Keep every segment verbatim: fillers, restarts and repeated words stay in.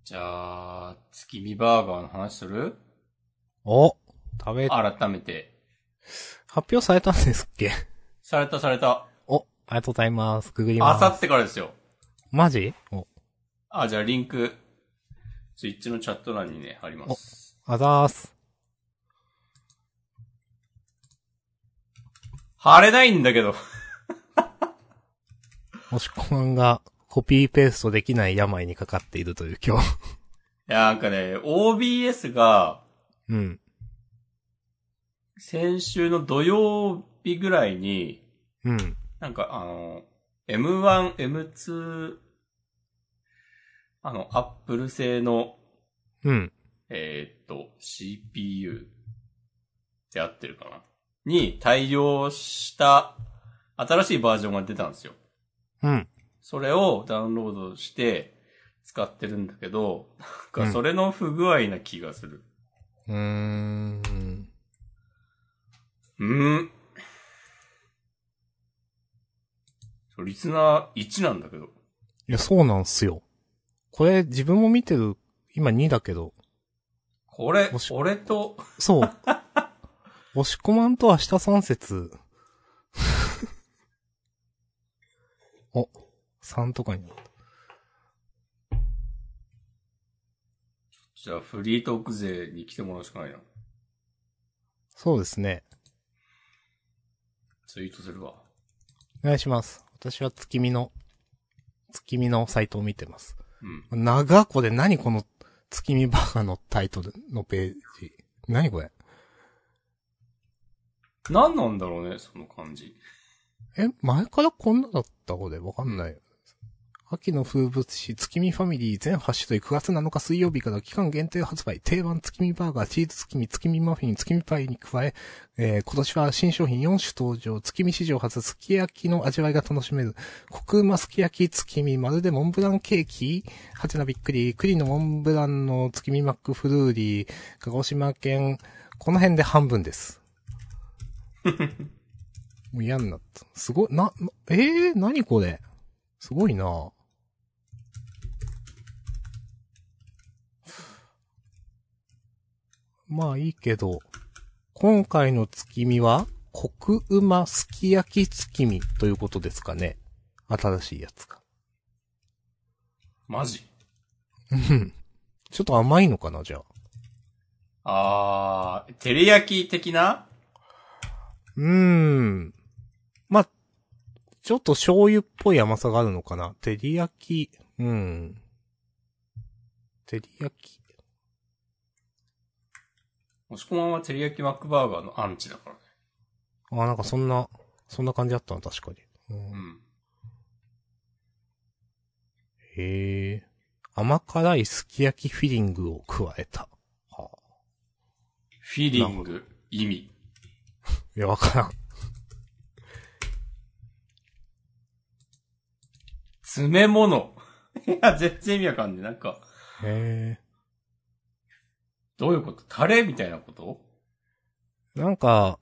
じゃあ、月見バーガーの話する？ お、食べ、 改めて。 発表されたんですっけ？ されたされた。 お、ありがとうございます。ググりあさます。 ってからですよ。 マジ？お、 あ、じゃあリンク、ツイッチのチャット欄にね、貼りまお、 す。 あざーす。 貼れないんだけど。 もしこまんがコピーペーストできない病にかかっているという今日。 いや、なんかね、オービーエス が、 うん。 先週の土曜日ぐらいに、 うん。 なんかあの、エムワン、エムツー、あの、アップル製の、 うん。 えーっと、シーピーユー って合ってるかなに対応した新しいバージョンが出たんですよ。 うん。 それをダウンロードして使ってるんだけど、なんかそれの不具合な気がする。 うーん。 うーん。リスナーいちなんだけど。 いや、そうなんすよ。これ自分も見てる、今にだけど。 これもし、 俺と、 そう。押し込まんと明日三節。お、さんとかになった。 じゃあフリートーク勢に来てもらうしかないな。 そうですね。 ツイートするわ。 お願いします。私は月見の、月見のサイトを見てます。 うん。 長これ何この月見バーガーのタイトルのページ。何これ？ 何なんだろうね、その感じ。 え、前からこんなだったこれわかんない。秋の風物詩、月見ファミリー全はち種類くがつなのか水曜日から期間限定発売。定番月見バーガー、チーズ月見、月見マフィン、月見パイに加え、えー、今年は新商品よん種登場。月見史上初、すき焼きの味わいが楽しめる。コクうますき焼き月見、まるでモンブランケーキはてなびっくり。栗のモンブランの月見マックフルーリー。鹿児島県、この辺で半分です。もう嫌になった。すごい、な、なえー、何これ？すごいな。まあいいけど、今回の月見は、コクうますき焼き月見ということですかね。新しいやつが。 マジ？ うん。ちょっと甘いのかな、じゃあ。 あー、照り焼き的な？ うーん。まあ、ちょっと醤油っぽい甘さがあるのかな。照り焼き、うん。照り焼き。 もしこまんは照り焼きマックバーガーのアンチだからね。 あ、なんかそんな、そんな感じだったな、確かに。うん、 うん。 へえ。甘辛いすき焼きフィリングを加えた。はあ、 フィリング、意味。 いや、わからん。 詰め物。いや、全然意味わかんねえ。なんか、 へえ。 どういうこと？タレみたいなこと？ なんか、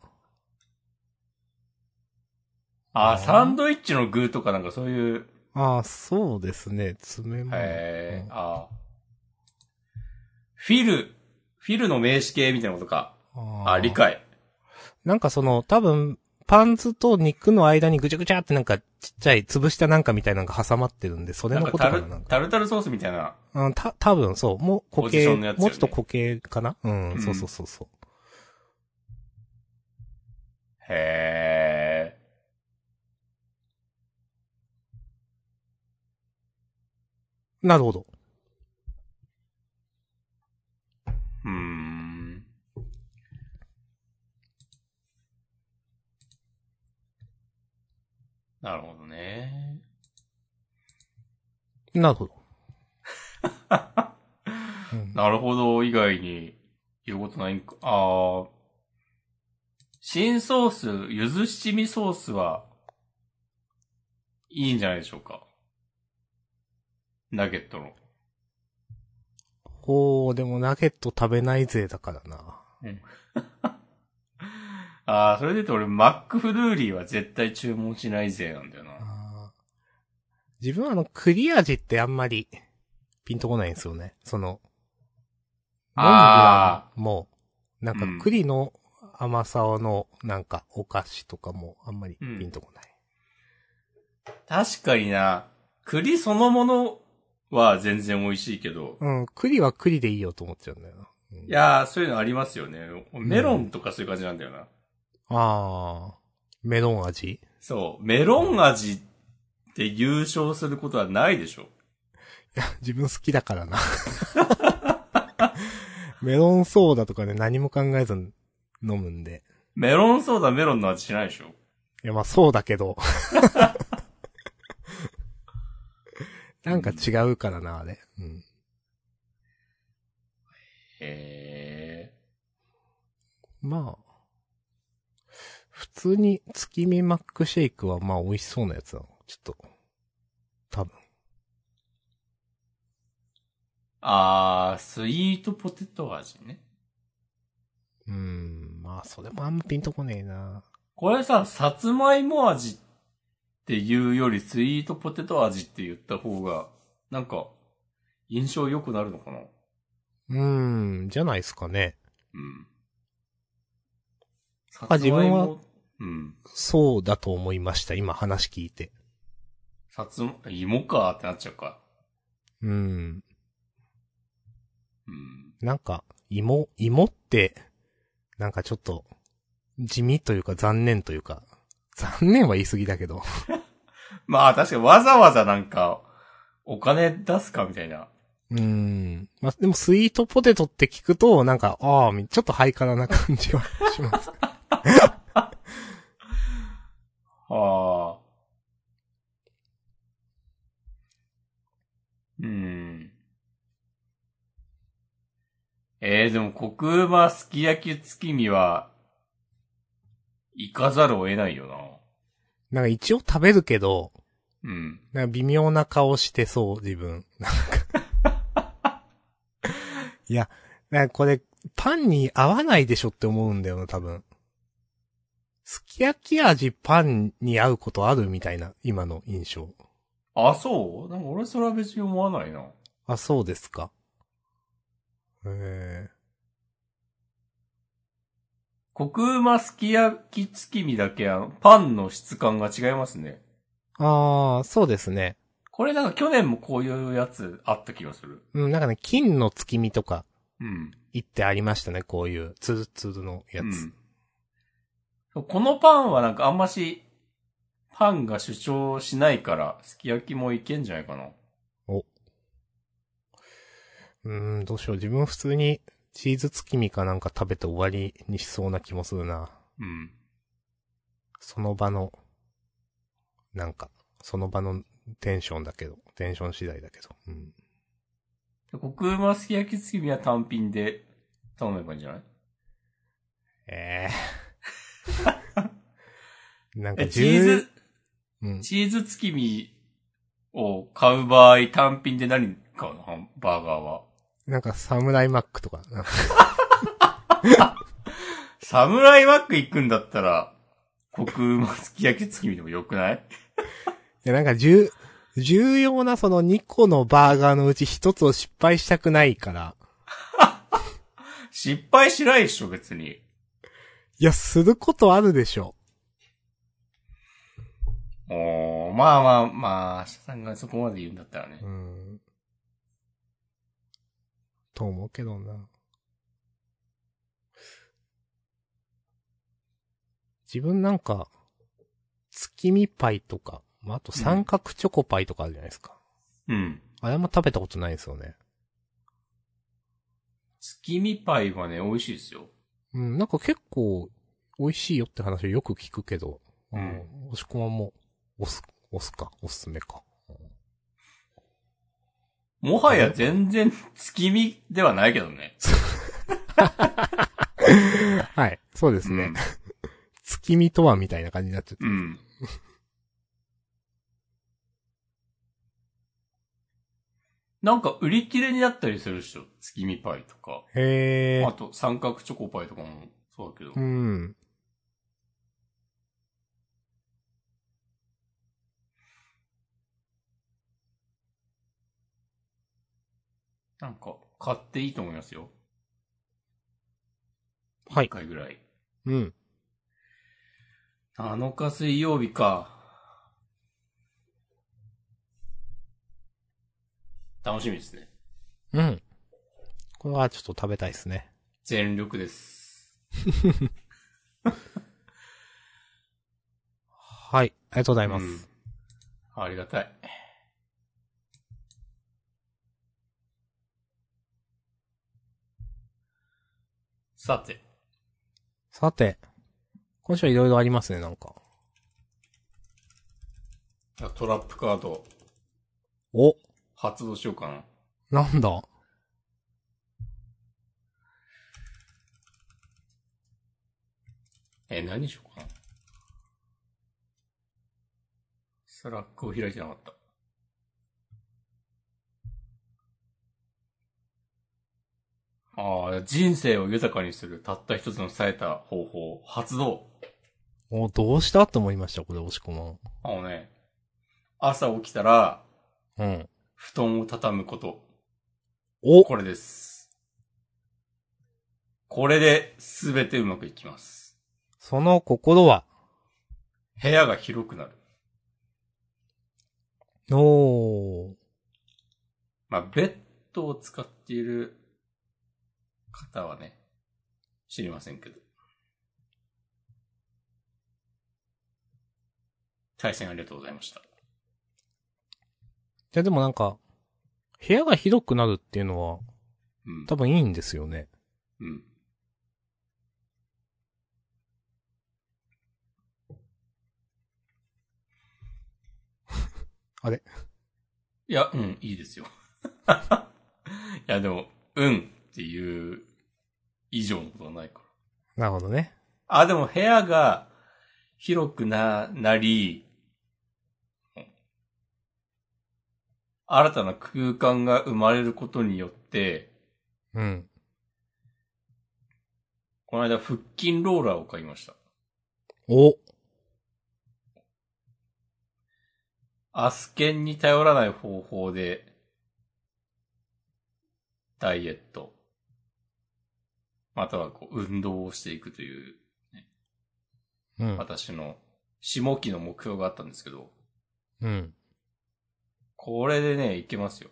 あー、 あーサンドイッチの具とかなんかそういう、 ああ、そうですね。詰め物。 へー、 うん、 あー。フィル、フィルの名詞形みたいなことか。 ああ、理解。 なんかその、多分、パンツと肉の間にぐちゃぐちゃってなんかちっちゃい潰したなんかみたいなのが挟まってるんで、それのことかな、 なんかなんか。 タル、タルタルソースみたいな。 うん、た、多分そう、もう固ポジショ形、 ンのやつよねもうちょっと固形かな、うん、 うんそうそうそうそう。 へなるほど。 ー。うーん。なるほどね。 なるほど。うん、 なるほど以外に言うことないんか。あー。新ソース、ゆず七味ソースはいいんじゃないでしょうか。ナゲットの。 こう、でもナゲット食べないぜだからな。 うん。あー、それで言うと俺、マックフルーリーは絶対注文しないぜなんだよな。 あ、自分はあの、栗味ってあんまり、 ピンとこないんですよね。その、モンブあランも、なんか栗の甘さのなんかお菓子とかもあんまりピンとこない。 ー、確かにな。栗そのものは全然美味しいけど。 うん、栗は栗でいいよと思っちゃうんだよな。うん、 いやー、そういうのありますよね。メロンとかそういう感じなんだよな。うん、 あー、メロン味？ そう。メロン味って優勝することはないでしょ。 いや、自分好きだからな。メロンソーダとかね、何も考えずに飲むんで。 メロンソーダメロンの味しないでしょ。 いや、まあそうだけど。なんか違うからな、あれ。うん。 へー。まあ、普通に月見マックシェイクはまあ美味しそうなやつなの。ちょっと、多分。 あー、スイートポテト味ね。 うーん、まあそれもあんまピンとこねえな。 これさ、さつまいも味っていうよりスイートポテト味って言った方が、なんか、印象良くなるのかな？ うーん、じゃないですかね。 うん。さあ、 つまい自分は、 も、うん。 そうだと思いました。今話聞いて。 さつま、芋かーってなっちゃうか。 うーん。 うん。 なんか、芋、芋って、なんかちょっと、地味というか残念というか、残念は言い過ぎだけど。 まあ確かにわざわざなんか、お金出すかみたいな。 うーん。まあ、でもスイートポテトって聞くと、なんか、ああ、ちょっとハイカラな感じはします。 はあ。うん。えー、でも、コクうますき焼き月見は、行かざるを得ないよな。 なんか一応食べるけど、 うん。 なんか微妙な顔してそう、自分。なんかいや、なんかこれ、パンに合わないでしょって思うんだよな、多分。すき焼き味パンに合うことあるみたいな、今の印象。 あ、そうなんか俺それは別に思わないな。 あ、そうですか。へコクうますき焼き月見だけあの、パンの質感が違いますね。 ー。ああ、そうですね。 これなんか去年もこういうやつあった気がする。 うん、なんかね、金の月見とかうん。 言ってありましたね、こういう、ツルツルのやつ。 うん。このパンはなんかあんまし、パンが主張しないから、すき焼きもいけんじゃないかな。 お。うーん、どうしよう。自分普通にチーズ月見かなんか食べて終わりにしそうな気もするな。 うん。 その場の、なんか、その場のテンションだけど、テンション次第だけど。うん。 コクうますき焼き月見は単品で頼めばいいんじゃない？ ええー。なんかえ、チーズ、 うん。 チーズ月見を買う場合単品で何買うの？ハンバーガーは。 なんかサムライマックとか。 サムライマック行くんだったら、コクうますき焼き月見でもよくない？ いや、なんか重、重要なそのにこのバーガーのうちひとつを失敗したくないから。 失敗しないでしょ、別に。 いや、することあるでしょ。 おー、まあまあまあ、シャさんがそこまで言うんだったらね。 うん。と思うけどな。自分なんか、月見パイとか、まあ、あと三角チョコパイとかあるじゃないですか。 うん。 あれも食べたことないですよね。 月見パイはね、美味しいですよ。 うん、なんか結構、美味しいよって話をよく聞くけど、 うん。 押し込まんも、押す、押すか、おすすめか。 もはや全然月見ではないけどね。 はい、そうですね。うん、月見とはみたいな感じになっちゃって。 うん。なんか売り切れになったりするでしょ。月見パイとか。 へー。 あと三角チョコパイとかもそうだけど。 うん。 なんか、買っていいと思いますよ。 はい。 一回ぐらい。 うん。 なのか水曜日か。楽しみですね。 うん。これはちょっと食べたいですね。 全力です。 はい。ありがとうございます。 うん。ありがたい。さて。 さて。今週はいろいろありますね、なんか。 トラップカード。 お。 発動しようかな。なんだ。 え、何しようかな。スラックを開いてなかった。ああ、人生を豊かにするたった一つの冴えた方法、発動。 お、どうしたと思いました、これ、押し込まん。 あのね、朝起きたら、 うん。 布団を畳むこと。 おこれです。これで全てうまくいきます。 その心は部屋が広くなる。 おー。 まあ、ベッドを使っている方はね、知りませんけど。対戦ありがとうございました。 じゃ、でもなんか、部屋が広くなるっていうのは、 うん。 多分いいんですよね。 うん。 あれいや、うん、いいですよ。いや、でも、うんっていう以上のことはないから。 なるほどね。 あ、でも部屋が広くな、なり、新たな空間が生まれることによって、 うん。 この間腹筋ローラーを買いました。 お。 アスケンに頼らない方法で、ダイエット、またはこう運動をしていくという、ね、 うん。 私の下期の目標があったんですけど、 うん。 これでね、いけますよ。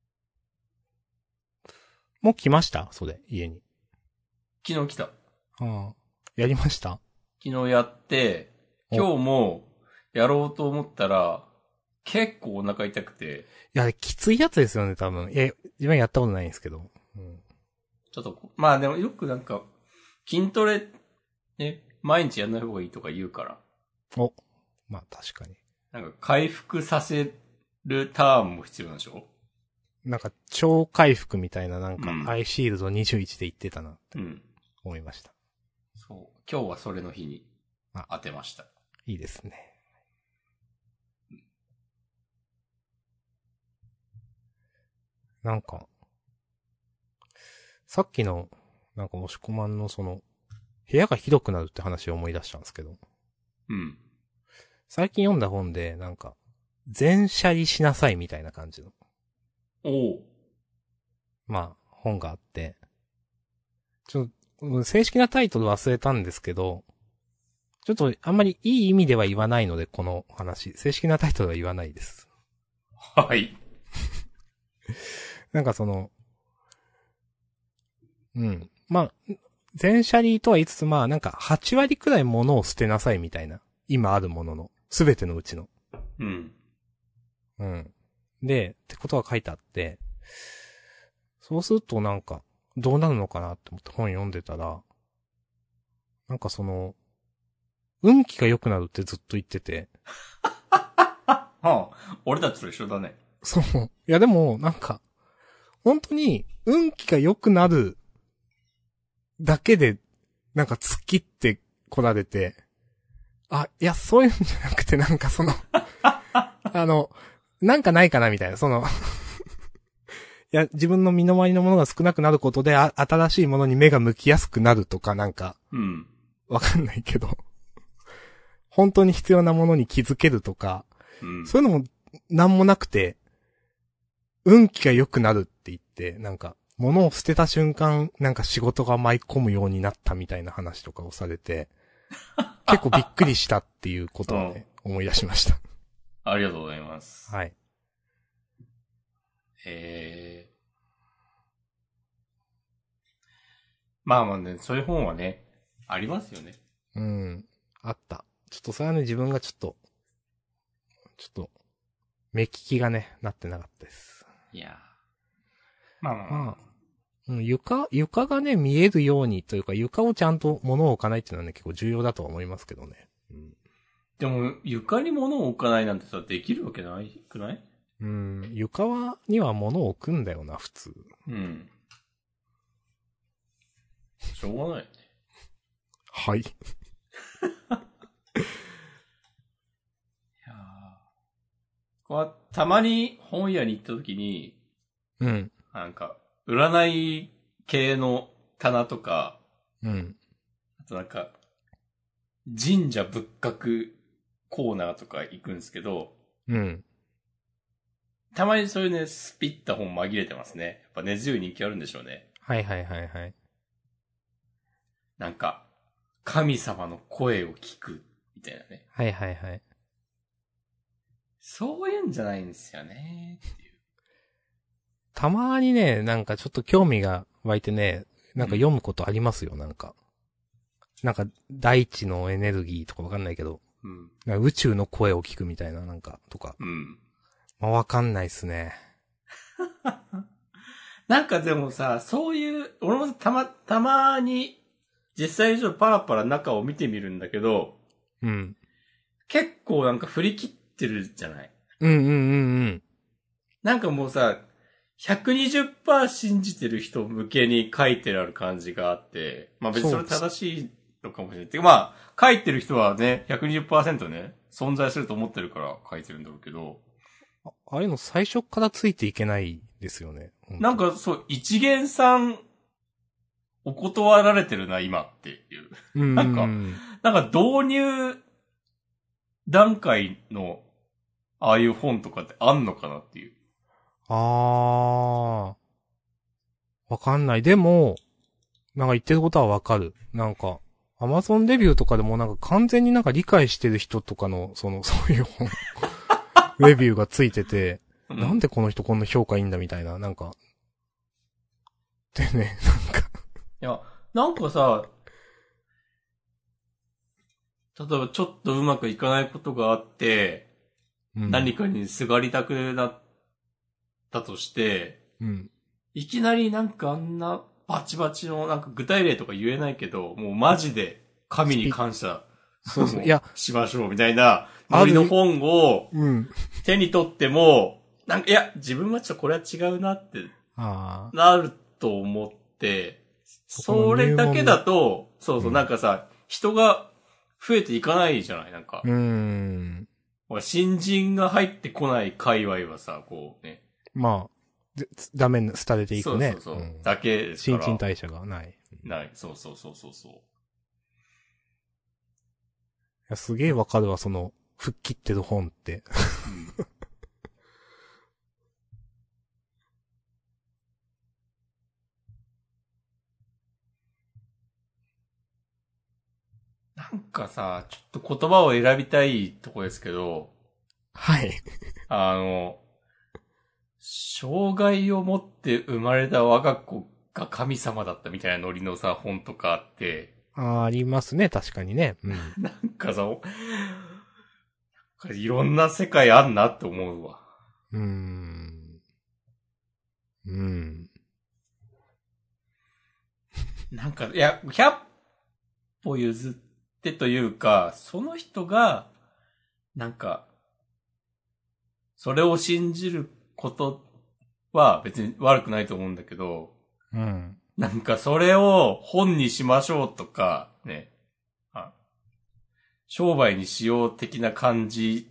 もう来ましたそれ、家に。 昨日来た。 ああ。やりました。 昨日やって、今日もやろうと思ったら、結構お腹痛くて。 いや、きついやつですよね、多分。え、自分やったことないんですけど。うん、 ちょっと、まあでもよくなんか、筋トレ、ね、毎日やんない方がいいとか言うから。 お。まあ確かに。 なんか回復させるターンも必要なんでしょ？ なんか超回復みたいななんか、 うん、 アイシールドにじゅういちで言ってたなって思いました。 うん、そう。今日はそれの日に当てました。 いいですね。なんか、さっきの、なんか押し込まんのその、部屋が広くなるって話を思い出したんですけど。 うん。 最近読んだ本で、なんか、全シャリしなさいみたいな感じの。 おう。 まあ、本があって。ちょっと、正式なタイトル忘れたんですけど、ちょっとあんまりいい意味では言わないので、この話。正式なタイトルは言わないです。 はい。 なんかその、うん。まあ、全シャリとは言いつつ、まあなんかはち割くらい物を捨てなさいみたいな。今あるものの。すべてのうちの。 うん。 うん。で、ってことが書いてあって、そうするとなんか、どうなるのかなって思って本読んでたら、なんかその、運気が良くなるってずっと言ってて。 はあ、俺たちと一緒だね。 そう。いやでも、なんか、本当に、運気が良くなるだけで、なんか突っ切って来られて、あ、いや、そういうんじゃなくて、なんかその、あの、なんかないかなみたいな、その、いや、自分の身の回りのものが少なくなることで、あ、新しいものに目が向きやすくなるとか、なんか、 うん。 わかんないけど、本当に必要なものに気づけるとか、 うん、 そういうのもなんもなくて、運気が良くなるって言っ 、なんか、物を捨てた瞬間、なんか仕事が舞い込むようになったみたいな話とかをされて、結構びっくりしたっていうことをね、うん、思い出しました。 ありがとうございます。 はい。 へー。まあまあね、そういう本はね、ありますよね。 うん。あった。ちょっとそれはね、自分がちょっと、ちょっと、目利きがね、なってなかったです。 いやまあまあまあ。まあうん、床、床がね、見えるようにというか、床をちゃんと物を置かないっていうのはね、結構重要だとは思いますけどね。うん、 でも、床に物を置かないなんてさ、できるわけないくない？ うん、床は、には物を置くんだよな、普通。 うん。しょうがないよね。 はい。いやこうたまに本屋に行った時に、 うん。 なんか、占い系の棚とか、 うん。 あとなんか、神社仏閣コーナーとか行くんですけど、 うん。 たまにそういうね、スピった本紛れてますね。やっぱ根強い人気あるんでしょうね。 はいはいはいはい。 なんか、神様の声を聞く、みたいなね。 はいはいはい。 そういうんじゃないんですよね、っていう。 たまにね、なんかちょっと興味が湧いてね、なんか読むことありますよ、うん、なんか。なんか、大地のエネルギーとかわかんないけど、うん、なんか宇宙の声を聞くみたいな、なんか、とか。 うん。 まあ、わかんないっすね。 なんかでもさ、そういう、俺もたま、たまに、実際以上パラパラ中を見てみるんだけど、 うん。 結構なんか振り切ってるじゃない？ うんうんうんうん。 なんかもうさ、ひゃくにじゅっパーセント 信じてる人向けに書いてある感じがあって、まあ別にそれ正しいのかもしれない。てかまあ、書いてる人はね、ひゃくにじゅっパーセント ね、存在すると思ってるから書いてるんだろうけど。 あ、ああいうの最初からついていけないですよね。 なんかそう、一元さん、お断られてるな、今っていう。 うん。 なんか、なんか導入段階の、ああいう本とかってあんのかなっていう。 あー。わかんない。でも、なんか言ってることはわかる。なんか、アマゾンレビューとかでもなんか完全になんか理解してる人とかの、その、そういう本、レビューがついてて、うん、なんでこの人こんな評価いいんだみたいな、なんか。でね、なんかいや、なんかさ、例えばちょっとうまくいかないことがあって、うん、何かにすがりたくなったとして、 うん、 いきなりなんかあんなバチバチのなんか具体例とか言えないけど、もうマジで神に感謝そうそういやしましょうみたいなノリの本を手に取っても、なんかいや自分はちょっとこれは違うなってなると思って、それだけだと、そうそう、なんかさ、人が増えていかないじゃないなんか。 うーん。 新人が入ってこない界隈はさ、こうね。 まあ、ダメに廃れていくね。 そうそうそう。うん、だけですから。 新陳代謝がない。 ない。そうそうそうそうそう。いや、すげえわかるわ、その、吹っ切ってる本って。うんなんかさ、ちょっと言葉を選びたいとこですけど。 はい。 あの、障害を持って生まれた我が子が神様だったみたいなノリのさ、本とかあって。 あ、ありますね、確かにね。うん、 なんかさ、いろんな世界あんなって思うわ。 うーん。うん。 なんか、いや、ひゃっ歩譲ってというか、その人が、なんか、それを信じることは別に悪くないと思うんだけど、 うん。 なんかそれを本にしましょうとか、ね、あ商売にしよう的な感じ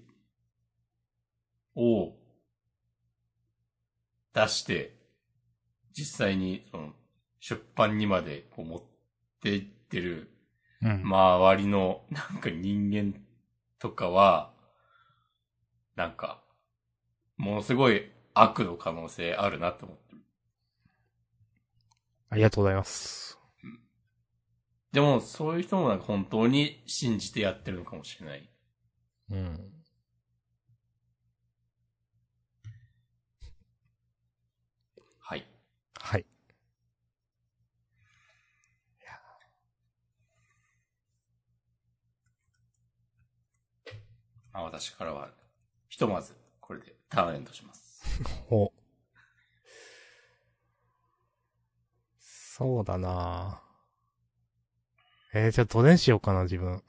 を出して、実際にその出版にまでこう持っていってる、 うん、 周りのなんか人間とかは、なんか、ものすごい悪の可能性あるなって思ってる。 ありがとうございます。 うん、でも、そういう人もなんか本当に信じてやってるのかもしれない。 うん。 はい。 はい。 まあ、私からは、ひとまず、これでターンエンドします。 お。そうだなえー、じゃあどれにしようかな、自分。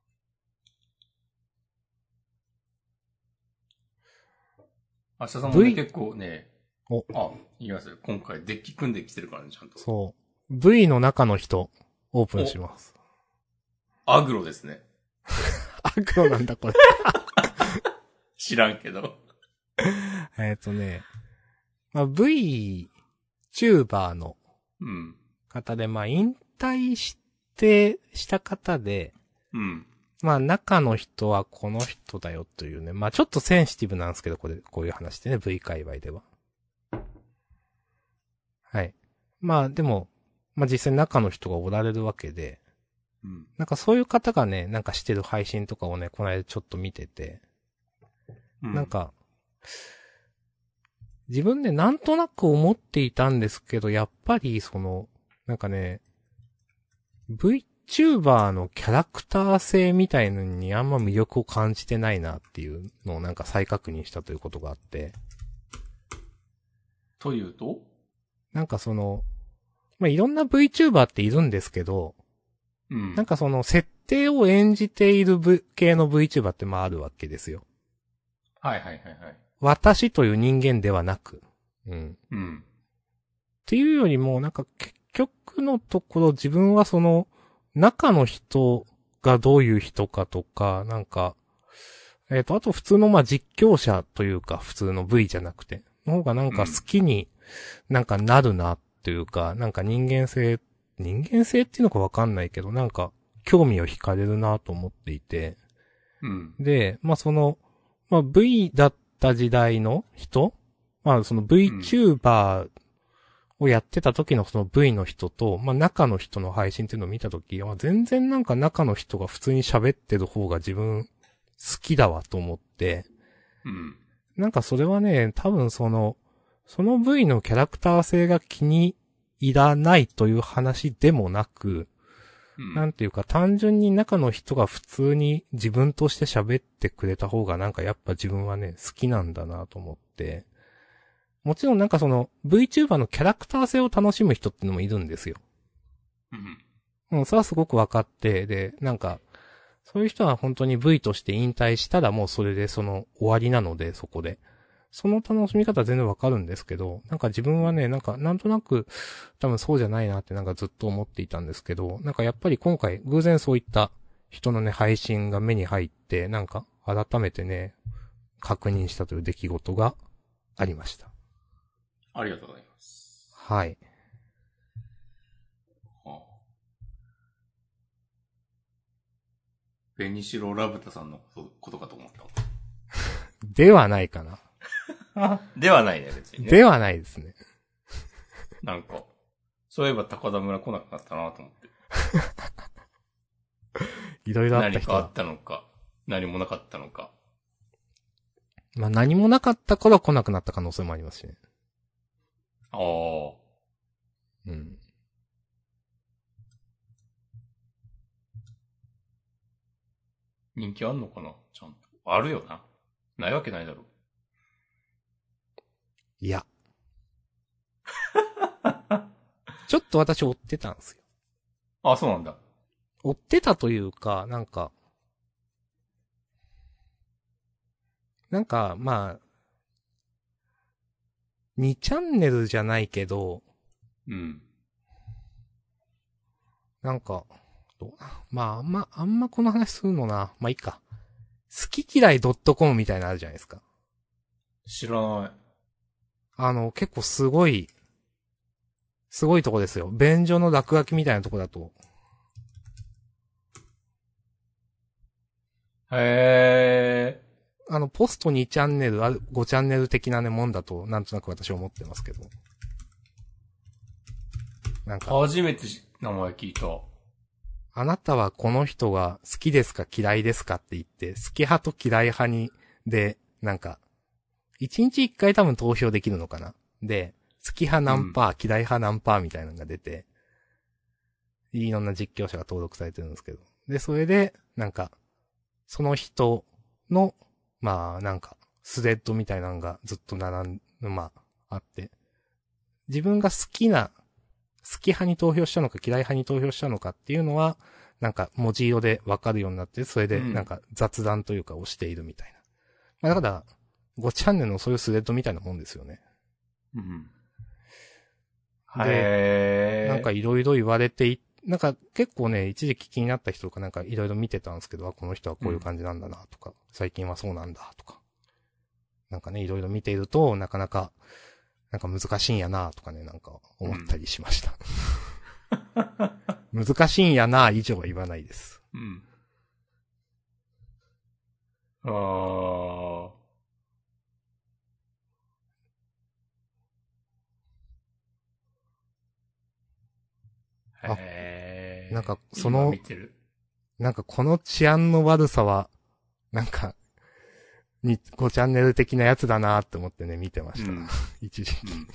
明日さんもね、v? 結構ね、 お。 あ、言いますよ。今回デッキ組んできてるからね、ちゃんと。 そう。V の中の人、オープンします。 アグロですね。 アグロなんだ、これ。 知らんけど。 えっとね、まあ、V、チューバーの方で、うん、まあ、引退して、した方で、 うん。 まあ、中の人はこの人だよというね。まあ、ちょっとセンシティブなんですけど、これ、こういう話でね、V 界隈では。はい。まあ、でも、まあ実際中の人がおられるわけで、 うん。 なんかそういう方がね、なんかしてる配信とかをね、この間ちょっと見てて、うん、なんか、自分でなんとなく思っていたんですけど、やっぱりその、なんかね、VTuber のキャラクター性みたいのにあんま魅力を感じてないなっていうのをなんか再確認したということがあって。 というと？ なんかその、まあ、いろんな VTuber っているんですけど、 うん、 なんかその設定を演じている、v、系の VTuber ってまああるわけですよ。 はいはいはいはい。 私という人間ではなく。うん。 うん。 っていうよりも、なんか結局のところ自分はその、中の人がどういう人かとか、なんか、えっ、ー、と、あと普通のまあ実況者というか、普通の V じゃなくて、の方がなんか好きになんかなるなっていうか、うん、なんか人間性、人間性っていうのかわかんないけど、なんか興味を惹かれるなと思っていて、 うん、 で、まあその、まあ V だった時代の人、まあその VTuber をやってた時のその V の人と、まあ中の人の配信っていうのを見た時は、全然なんか中の人が普通に喋ってる方が自分好きだわと思って、 うん、 なんかそれはね、多分その、その V のキャラクター性が気に入らないという話でもなく、うん、なんていうか単純に中の人が普通に自分として喋ってくれた方がなんかやっぱ自分はね、好きなんだなと思って、もちろんなんかその VTuber のキャラクター性を楽しむ人ってのもいるんですよ。 うん。 うん、それはすごくわかって、で、なんか、そういう人は本当に V として引退したらもうそれでその終わりなので、そこで。その楽しみ方は全然わかるんですけど、なんか自分はね、なんかなんとなく多分そうじゃないなってなんかずっと思っていたんですけど、なんかやっぱり今回偶然そういった人のね、配信が目に入って、なんか改めてね、確認したという出来事がありました。 ありがとうございます。 はい。 はあ、ベニシロラブタさんのことかと思った。 ではないかな。 ではないね、別にね。 ではないですね。 なんか、そういえば高田村来なくなったなと思って。 いろいろあった人何かあったのか、何もなかったのか。 まあ何もなかった頃来なくなった可能性もありますしね。 ああ。 うん。 人気あんのかなちゃんと。あるよな。ないわけないだろ。 いや。ちょっと私追ってたんですよ。 あ、そうなんだ。 追ってたというか、なんか、なんか、まあ、にチャンネルじゃないけど、 うん。 なんか、どうまあ、あんま、あんまこの話するのな。まあいいか。好き嫌い .com みたいなのあるじゃないですか。 知らない。 あの、結構すごい、すごいとこですよ。便所の落書きみたいなとこだと。 へー。 あの、ポストにチャンネル、あるごチャンネル的なね、もんだと、なんとなく私は思ってますけど。 なんか。 初めて名前聞いた。 あなたはこの人が好きですか嫌いですかって言って、好き派と嫌い派に、で、なんか、一日一回多分投票できるのかな。で、好き派何パー、うん、嫌い派何パーみたいなのが出て、いろんな実況者が登録されてるんですけど。で、それで、なんか、その人の、まあ、なんか、スレッドみたいなのがずっと並ん、まあ、あって、自分が好きな、好き派に投票したのか嫌い派に投票したのかっていうのは、なんか文字色でわかるようになって、それでなんか雑談というかをしているみたいな。まあ、だから、ごチャンネルのそういうスレッドみたいなもんですよね。 うん。 で、なんかいろいろ言われてい、なんか結構ね、一時期気になった人とかなんかいろいろ見てたんですけど、この人はこういう感じなんだなとか、うん、最近はそうなんだとか。なんかね、いろいろ見ていると、なかなか、なんか難しいんやなとかね、なんか思ったりしました。うん、難しいんやな以上は言わないです。 うん。ああ。へなんか、その、 見てるなんかこの治安の悪さは、なんか、に、ごチャンネル的なやつだなって思ってね、見てました。うん、一時期。うん、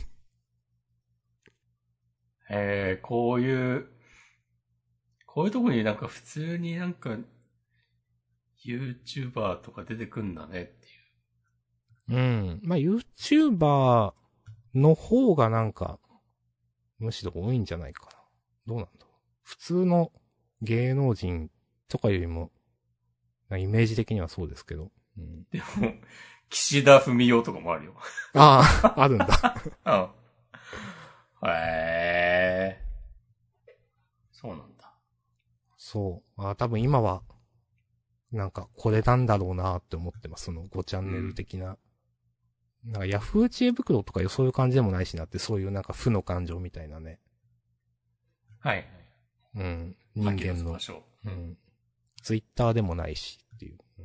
へえ、こういう、こういうとこになんか普通になんか、YouTuber とか出てくんだねっていう。うん。まあ、YouTuber の方がなんか、むしろ多いんじゃないかな。どうなんだろう。普通の芸能人とかよりも、イメージ的にはそうですけど。うん、 でも、岸田文雄とかもあるよ。 ああ、あるんだ。 ああへえ。そうなんだ。 そう。あ多分今は、なんかこれなんだろうなって思ってます。そのごチャンネル的な。うん、なんかヤフー知恵袋とかそういう感じでもないしなって、そういうなんか負の感情みたいなね。 はい。 うん。人間の。 うん。 ツイッターでもないしっていう。うん。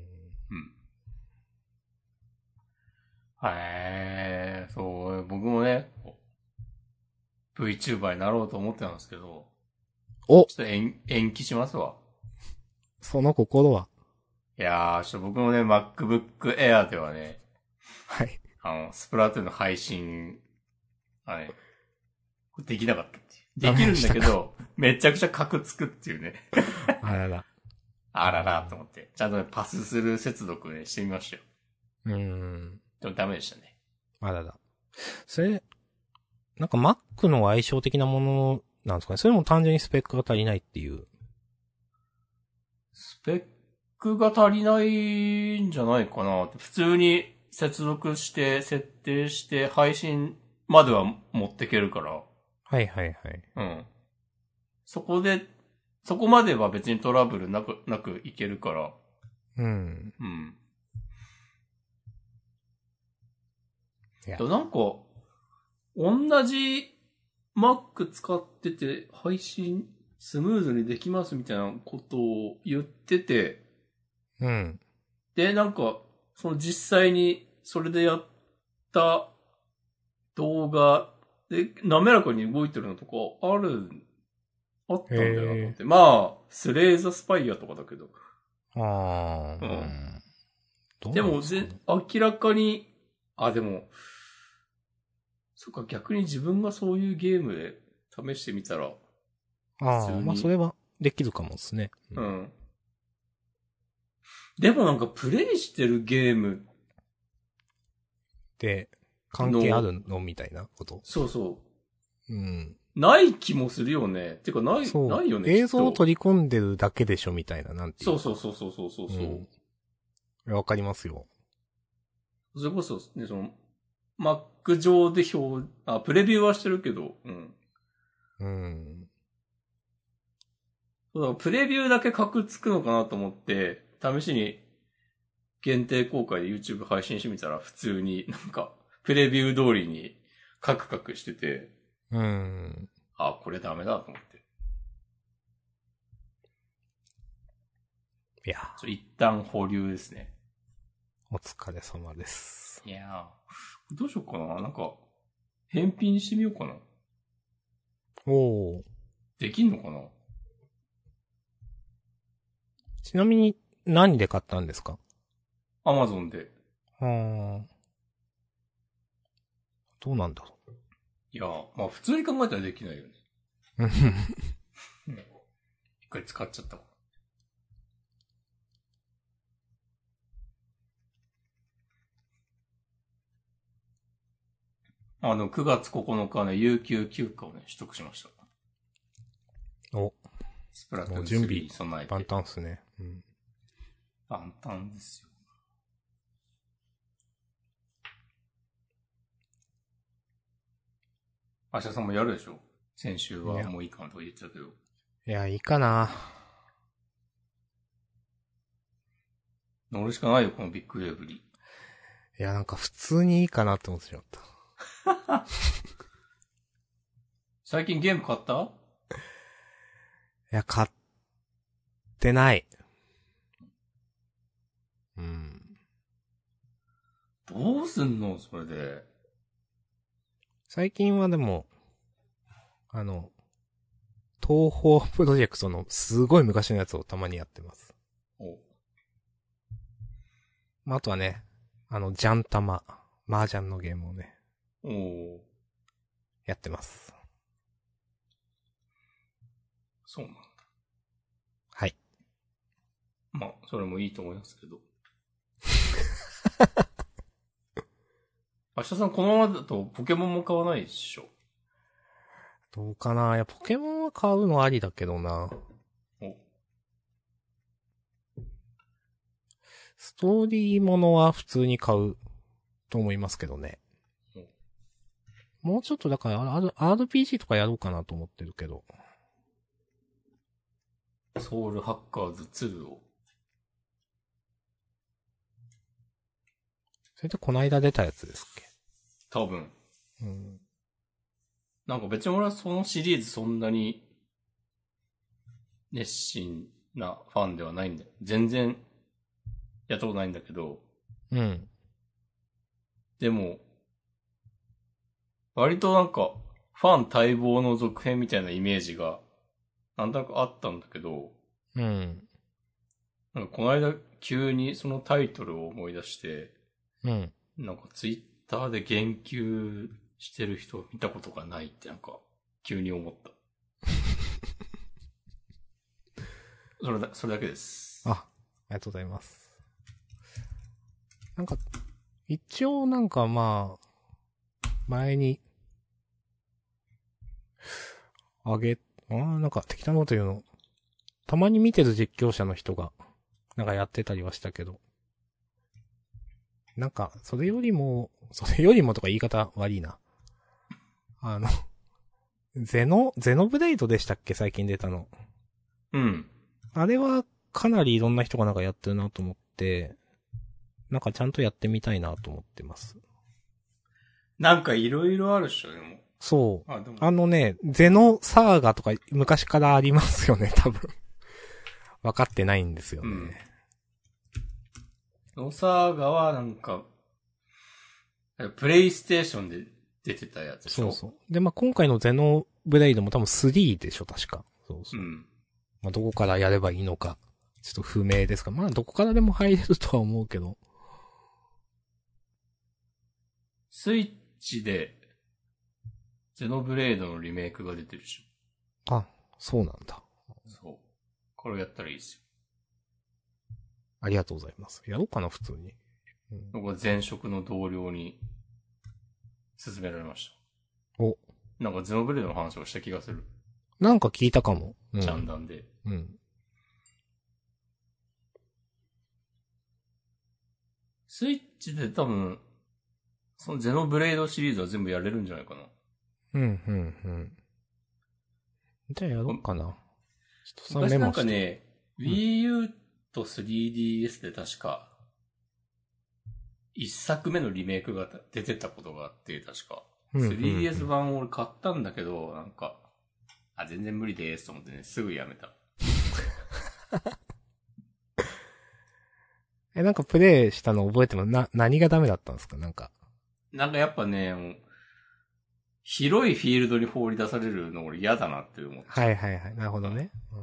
うん、へえ、そう、僕もね、VTuber になろうと思ってたんですけど。 おちょっと延延期しますわ。 その心は。 いやー、ちょっと僕もね、MacBook Air ではね。 はい。 あの、スプラトゥーンの配信、あれ、できなかったっていう。できるんだけど、めちゃくちゃカクつくっていうね。 あらら。 あららと思って。ちゃんとね、パスする接続ね、してみましたよ。 うーん。 でもダメでしたね。 あらら。それ、なんか Mac の相性的なものなんですかね。それも単純にスペックが足りないっていう。 スペックが足りないんじゃないかな。普通に接続して、設定して、配信までは持ってけるから。 はいはいはい。 うん。そこで、そこまでは別にトラブルなく、なくいけるから。 うん。 うん。 いや。 なんか、同じ Mac 使ってて配信スムーズにできますみたいなことを言ってて。 うん。 で、なんか、その実際にそれでやった動画で滑らかに動いてるのとかある、あったんだよなと思って。まあ、スレイザスパイアとかだけど。 ああ。 うん。 どうでも、ぜ、明らかに、あ、でも、そっか、逆に自分がそういうゲームで試してみたら、 ああ、まあそれはできるかもですね。 うん。うん。でもなんかプレイしてるゲームで、関係あるのみたいなこと。 そうそう。うん。 ない気もするよね。てかない、 そうないよね。 映像を取り込んでるだけでしょみたいな、なんていうそうそうそうそうそうそう。 うん、わかりますよ。それこそ、ね、その、Mac 上で表、あ、プレビューはしてるけど、うん。 うん。 そうだ、プレビューだけカクつくのかなと思って、試しに限定公開で YouTube 配信してみたら普通になんか、プレビュー通りにカクカクしてて、 うん。 あ、これダメだと思って。 いや。 一旦保留ですね。 お疲れ様です。 いやー、どうしようかな。なんか、返品してみようかな。 おー。 できんのかな？ ちなみに何で買ったんですか？ アマゾンで。 あー。どうなんだろう。 いや、まあ普通に考えたらできないよね。一回使っちゃったわ。あの、くがつここのかね、有給休暇をね、取得しました。 お。 スプラトゥーンスリーに備えて。 万端っすね。うん。 万端ですよ。アシャさんもやるでしょ？先週はもういいかなとか言ってたけど。 いや、いいかな。 乗るしかないよ、このビッグウェーブに。 いや、なんか普通にいいかなって思ってしまった。 最近ゲーム買った？ いや、買ってない。うん。 どうすんのそれで。 最近はでも、あの、東方プロジェクトのすごい昔のやつをたまにやってます。 お。 まあ、あとはね、あの、ジャンタマ、麻雀のゲームをね、 おやってます。 そうなんだ。 はい。 まあ、それもいいと思いますけど。明日さんこのままだとポケモンも買わないでしょ？ どうかな？いや、ポケモンは買うのありだけどな。 お。 ストーリーものは普通に買うと思いますけどね。もうちょっとだから、アールピージー とかやろうかなと思ってるけど。 ソウルハッカーズツーを。 それでこの間出たやつですっけ？ 多分。 うん。 なんか別に俺はそのシリーズそんなに熱心なファンではないんだよ。全然やったことないんだけど。 うん。 でも、割となんかファン待望の続編みたいなイメージがなんとなくあったんだけど。 うん。 なんかこの間急にそのタイトルを思い出して。 うん。 なんかツイッターで言及してる人を見たことがないってなんか急に思った。それだ、それだけです。 あ、ありがとうございます。なんか、一応なんかまあ、前に、あげ、あーなんか適当なこと言うの。たまに見てる実況者の人が、なんかやってたりはしたけど。なんか、それよりも、それよりもとか言い方悪いな。あの、ゼノ、ゼノブレイドでしたっけ最近出たの。 うん。 あれはかなりいろんな人がなんかやってるなと思って、なんかちゃんとやってみたいなと思ってます。 なんかいろいろあるっしょ、でも。 そう。 あ、でもあのね、ゼノサーガとか昔からありますよね、多分。分かってないんですよね。うんノサーガはなんか、プレイステーションで出てたやつでしょ？ そうそう。で、まあ、今回のゼノブレイドも多分スリーでしょ、確か。そうそう。 うん。 まあ、どこからやればいいのか、ちょっと不明ですが、まあ、どこからでも入れるとは思うけど。 スイッチで、ゼノブレイドのリメイクが出てるでしょ。あ、そうなんだ。 そう。これやったらいいですよ。 ありがとうございます。やろうかな、普通に。 うん、僕は前職の同僚に勧められました。 お。 なんかゼノブレイドの話をした気がする。 なんか聞いたかも。 うん、ジャンダンで。 うん。 スイッチで多分、そのゼノブレイドシリーズは全部やれるんじゃないかな。 うん、うん、うん。じゃあやろうかな。ちょっとそのメモして。昔なんかね、Wii U と スリーディーエス で確か、一作目のリメイクが出てたことがあって、確か。スリーディーエス 版を俺買ったんだけど、なんか、あ、全然無理ですと思ってね、すぐやめた。 え、なんかプレイしたの覚えても、な、何がダメだったんですかなんか。 なんかやっぱね、もう広いフィールドに放り出されるの俺嫌だなって思って。 はいはいはい。なるほどね。うん。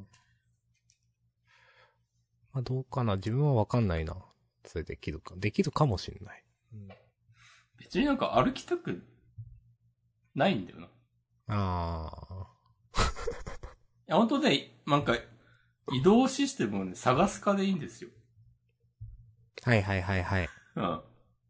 まあどうかな。自分はわかんないな。それできるか。できるかもしんない。うん、 別になんか歩きたくないんだよな。 ああ。 いや本当ね、なんか移動システムをね、探すかでいいんですよ。 はいはいはいはい。 うん。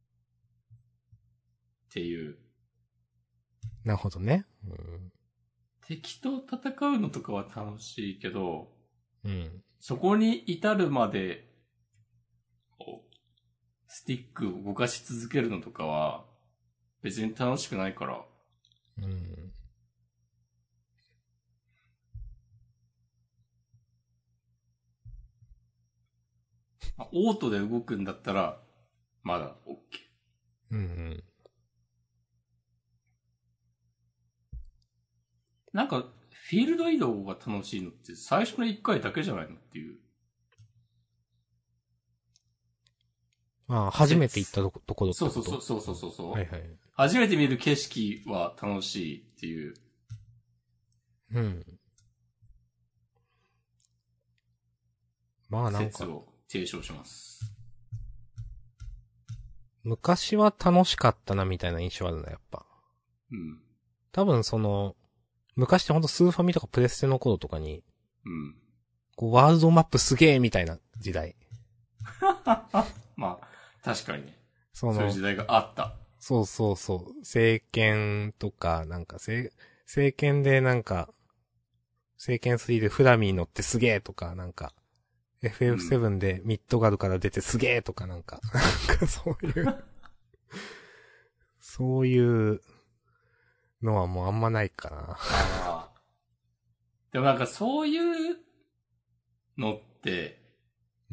っていう。 なるほどね。うん、 敵と戦うのとかは楽しいけど、 うん。 そこに至るまで、こう、スティックを動かし続けるのとかは、別に楽しくないから。 うん。 オートで動くんだったら、まだ OK。 うんうん。 なんか、フィールド移動が楽しいのって最初の一回だけじゃないのっていう。 ああ、初めて行ったとこ、ところってそうことそうそうそうそうそう。 はいはい。 初めて見る景色は楽しいっていう。 うん。まあなんか。 説を提唱します。 昔は楽しかったなみたいな印象あるな、やっぱ。 うん。 多分その、昔ってほんとスーファミとかプレステの頃とかに、 うん。 こう、ワールドマップすげえみたいな時代。 まあ、確かにね。 その、 そういう時代があった。 そうそうそう。政権とか、なんか、政、政権でなんか、政権スリーでフラミー乗ってすげえとか、なんか、エフエフセブン でミッドガルから出てすげえとかなんか、なんかそういうそういうのはもうあんまないかな。ああ。でもなんかそういうのって、 うん。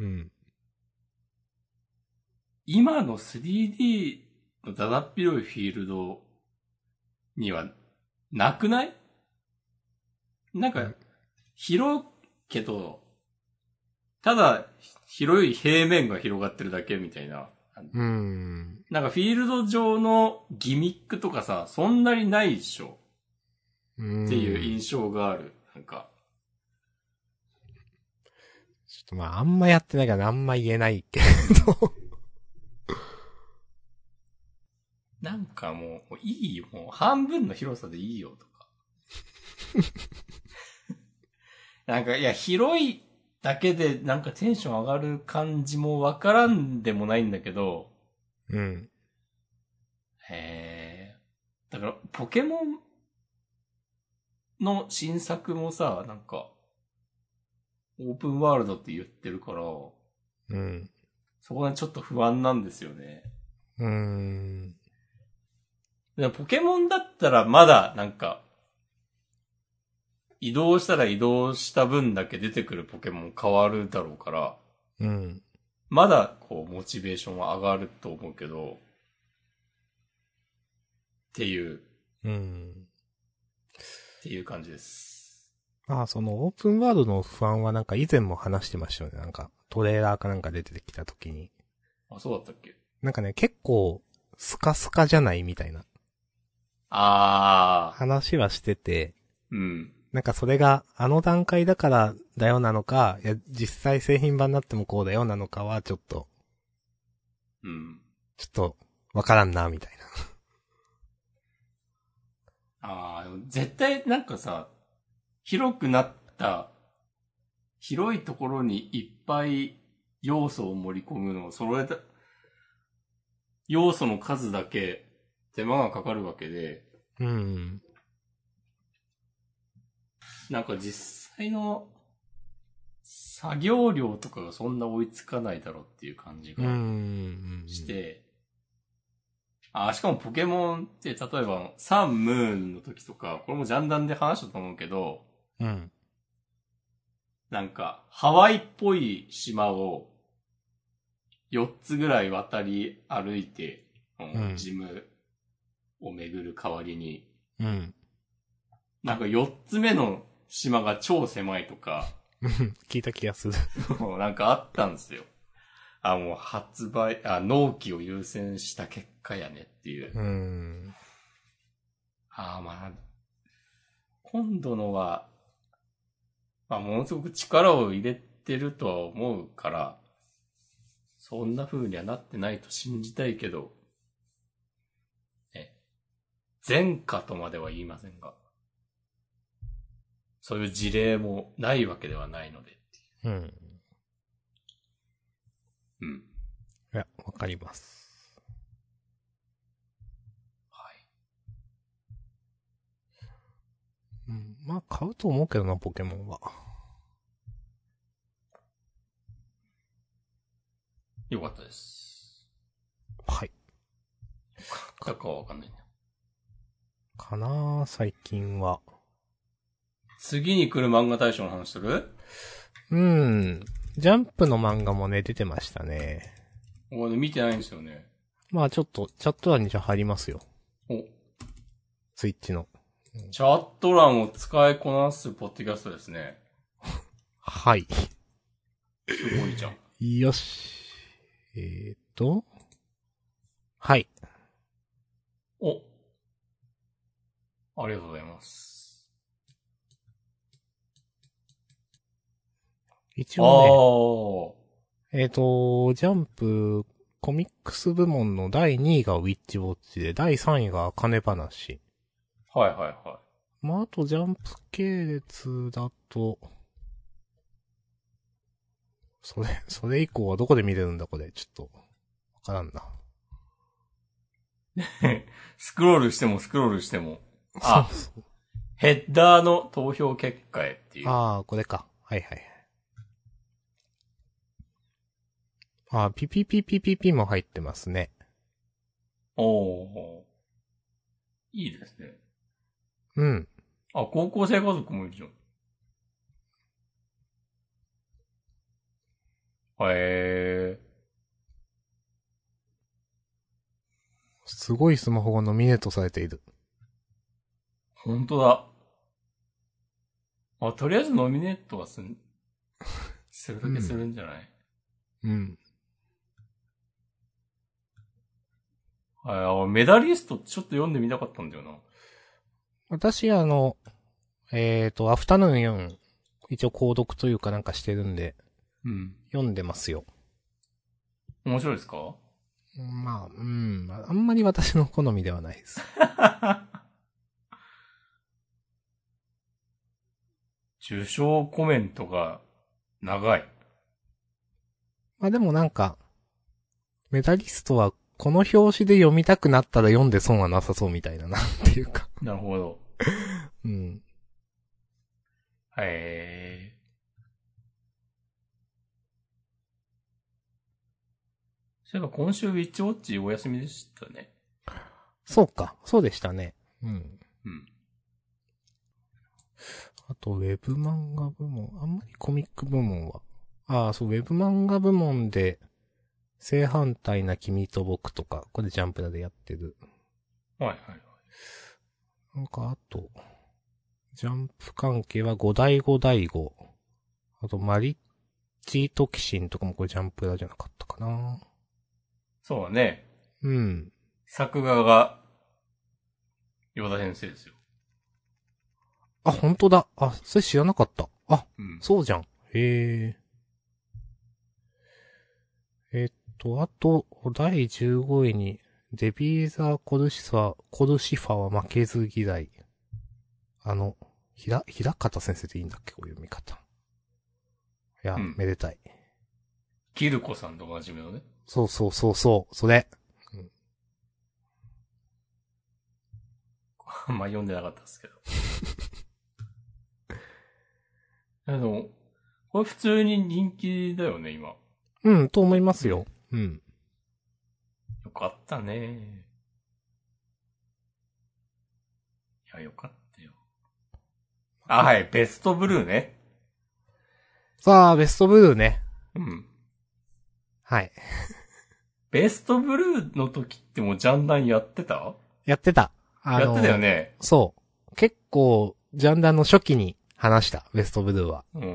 今の スリーディー のだだっ広いフィールドにはなくない？なんか、広いけど、ただ広い平面が広がってるだけみたいな。 うん。 なんかフィールド上のギミックとかさ、そんなにないでしょっていう印象がある。なんか。 ちょっとまああんまやってないからあんま言えないけどなんかもう、もういいよ。もう半分の広さでいいよとか。なんか、いや、広いだけでなんかテンション上がる感じもわからんでもないんだけど。 うん。 へー。だから、ポケモンの新作もさ、なんか、オープンワールドって言ってるから、 うん。 そこはちょっと不安なんですよね。 うーん。 でもポケモンだったらまだなんか、移動したら移動した分だけ出てくるポケモン変わるだろうから、 うん。 まだこうモチベーションは上がると思うけど、っていう。 うん。 っていう感じです。 まあそのオープンワールドの不安はなんか以前も話してましたよね。なんかトレーラーかなんか出てきた時に。 あ、そうだったっけ？ なんかね、結構スカスカじゃないみたいな。 あー。 話はしてて。 うん。 なんかそれがあの段階だからだよなのか、いや実際製品版になってもこうだよなのかはちょっと。 うん。 ちょっとわからんな、みたいな。あー、絶対なんかさ、広くなった、広いところにいっぱい要素を盛り込むのを揃えた、要素の数だけ手間がかかるわけで、 うん。 なんか実際の作業量とかがそんな追いつかないだろうっていう感じがして、あ、しかもポケモンって例えばサンムーンの時とか、これもジャンダンで話したと思うけど、 うん。 なんかハワイっぽい島をよっつぐらい渡り歩いて、うん、ジムを巡る代わりに、 うん。 なんかよっつめの島が超狭いとか、 聞いた気がする。 なんかあったんですよ。あ、もう発売、あ、納期を優先した結果やねっていう。 うん。 ああ、まあ、今度のは、まあ、ものすごく力を入れてるとは思うから、そんな風にはなってないと信じたいけど、ね、前科とまでは言いませんが、そういう事例もないわけではないのでっていう。 うん。 うん。 いや、わかります。 はい。 うん。まあ、買うと思うけどな、ポケモンは。 よかったです。 はい。 買ったかはわかんないな。 かなぁ、最近は。 次に来る漫画大賞の話する？ うん。ジャンプの漫画もね、出てましたね。 俺見てないんですよね。 まあちょっと、チャット欄にじゃあ貼りますよ。 お。 スイッチの。 うん、チャット欄を使いこなすポッドキャストですね。 はい。 すごいじゃん。 よし。えーと。はい。 お。ありがとうございますす。 一応ね、えっ、ー、と、ジャンプ、コミックス部門のだいにいがウィッチウォッチで、だいさんいが金話。 はいはいはい。 まあ、あとジャンプ系列だと、それ、それ以降はどこで見れるんだこれ。ちょっと、わからんな。 スクロールしてもスクロールしても。あ、そうそう、ヘッダーの投票結果へっていう。 ああ、これか。はいはい。ああ、ピピピピピピも入ってますね。 おー。いいですね。 うん。 あ、高校生家族もいるじゃん。へー。 すごいスマホがノミネートされている。 ほんとだ。あ、とりあえずノミネートはすん、するだけするんじゃない？ うん。うん、 はい、メダリストちょっと読んでみたかったんだよな。 私、あの、えっ、ー、と、アフタヌーンよん、一応購読というかなんかしてるんで、 うん。 読んでますよ。 面白いですか？ まあ、うん、あんまり私の好みではないです。 受賞コメントが長い。 まあでもなんか、メダリストはこの表紙で読みたくなったら読んで損はなさそうみたいななっていうか。 なるほど。 うん。 へー。そういえば今週ウィッチウォッチお休みでしたね。 そうか。そうでしたね。うん。 うん。 あと、ウェブ漫画部門。あんまりコミック部門は。ああ、そう、ウェブ漫画部門で、正反対な君と僕とか、これジャンプラでやってる。 はいはいはい。 なんか、あと、ジャンプ関係は五代五代五。あと、マリッジトキシンとかもこれジャンプラじゃなかったかな。 そうだね。 うん。 作画が、ヨダ先生ですよ。 あ、本当だ。あ、それ知らなかった。あ、 うん。 そうじゃん。へえ。えっと、あと、だいじゅうごいに、デビーザー・コルシファー、コルシファは負けず嫌い。あの、ひら、ひらかた先生でいいんだっけこういう読み方。いや、うん、めでたい。 キルコさんと同じめのね。 そうそうそうそう、それ。うん、 あんま読んでなかったですけど。でも、これ普通に人気だよね、今。 うん、と思いますよ。うん。 よかったね。いや、よかったよ。あ、はい、ベストブルーね。 さあ、ベストブルーね。 うん。 はい。 ベストブルーの時ってもうジャンダンやってた？ やってた。あのー、 やってたよね。 そう。結構、ジャンダンの初期に話した、ベストブルーは。 うん。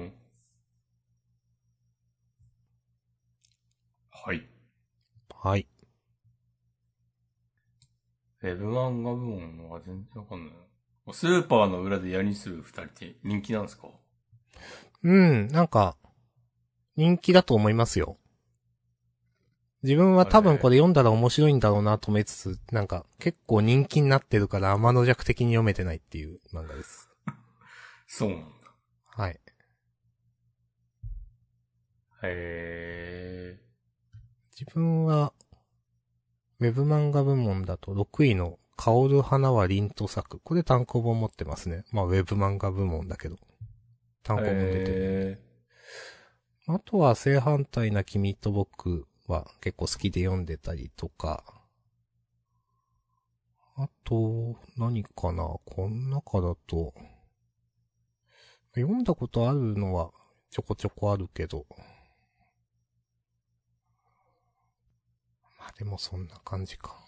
はい。 はい。 ウェブ漫画部門のが全然わかんない。スーパーの裏で矢にする二人って人気なんですか？ うん、なんか、人気だと思いますよ。自分は多分これ読んだら面白いんだろうなと思いつつ、なんか結構人気になってるから天の弱的に読めてないっていう漫画です。 そうなんだ。 はい。 へー。 自分は、ウェブ漫画部門だとろくいの香る花は凛と咲く。これ単行本持ってますね。まあウェブ漫画部門だけど。単行本出てる。あとは正反対な君と僕は結構好きで読んでたりとか。あと、何かなこの中だと。読んだことあるのはちょこちょこあるけど。まあでもそんな感じか。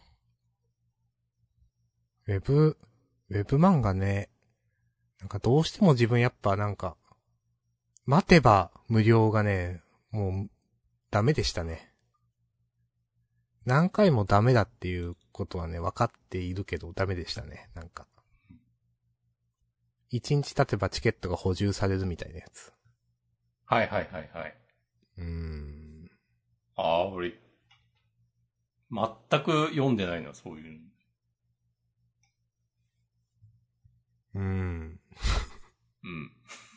ウェブ、ウェブ漫画ね。なんかどうしても自分やっぱなんか、待てば無料がね、もうダメでしたね。何回もダメだっていうことはね、分かっているけどダメでしたね。なんか。一日経てばチケットが補充されるみたいなやつ。 はいはいはいはい。 うーん。 ああ、俺、全く読んでないな、そういうの。うーん。 うん。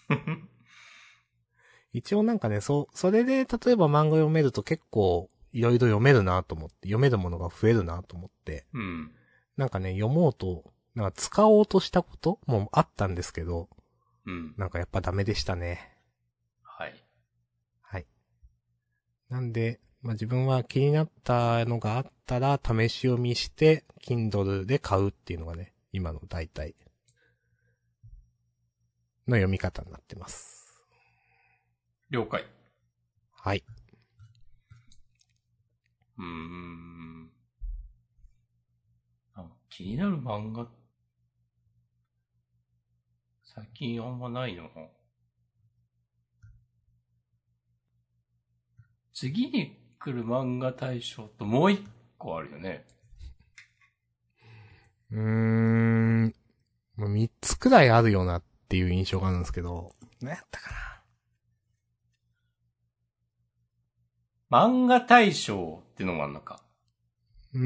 一応なんかね、そう、それで例えば漫画読めると結構いろいろ読めるなと思って、読めるものが増えるなと思って。 うん。 なんかね、読もうと、なんか使おうとしたこともあったんですけど、 うん。 なんかやっぱダメでしたね。 はい。 はい。なんで、まあ、自分は気になったのがあったら試し読みして、Kindle で買うっていうのがね、今の大体の読み方になってます。 了解。 はい。 うーん。あ、気になる漫画、最近あんまないの。次に来る漫画大賞ともう一個あるよね。 うーん。三つくらいあるよなっていう印象があるんですけど、何やったかな。漫画大賞ってのもあんのか。 うん。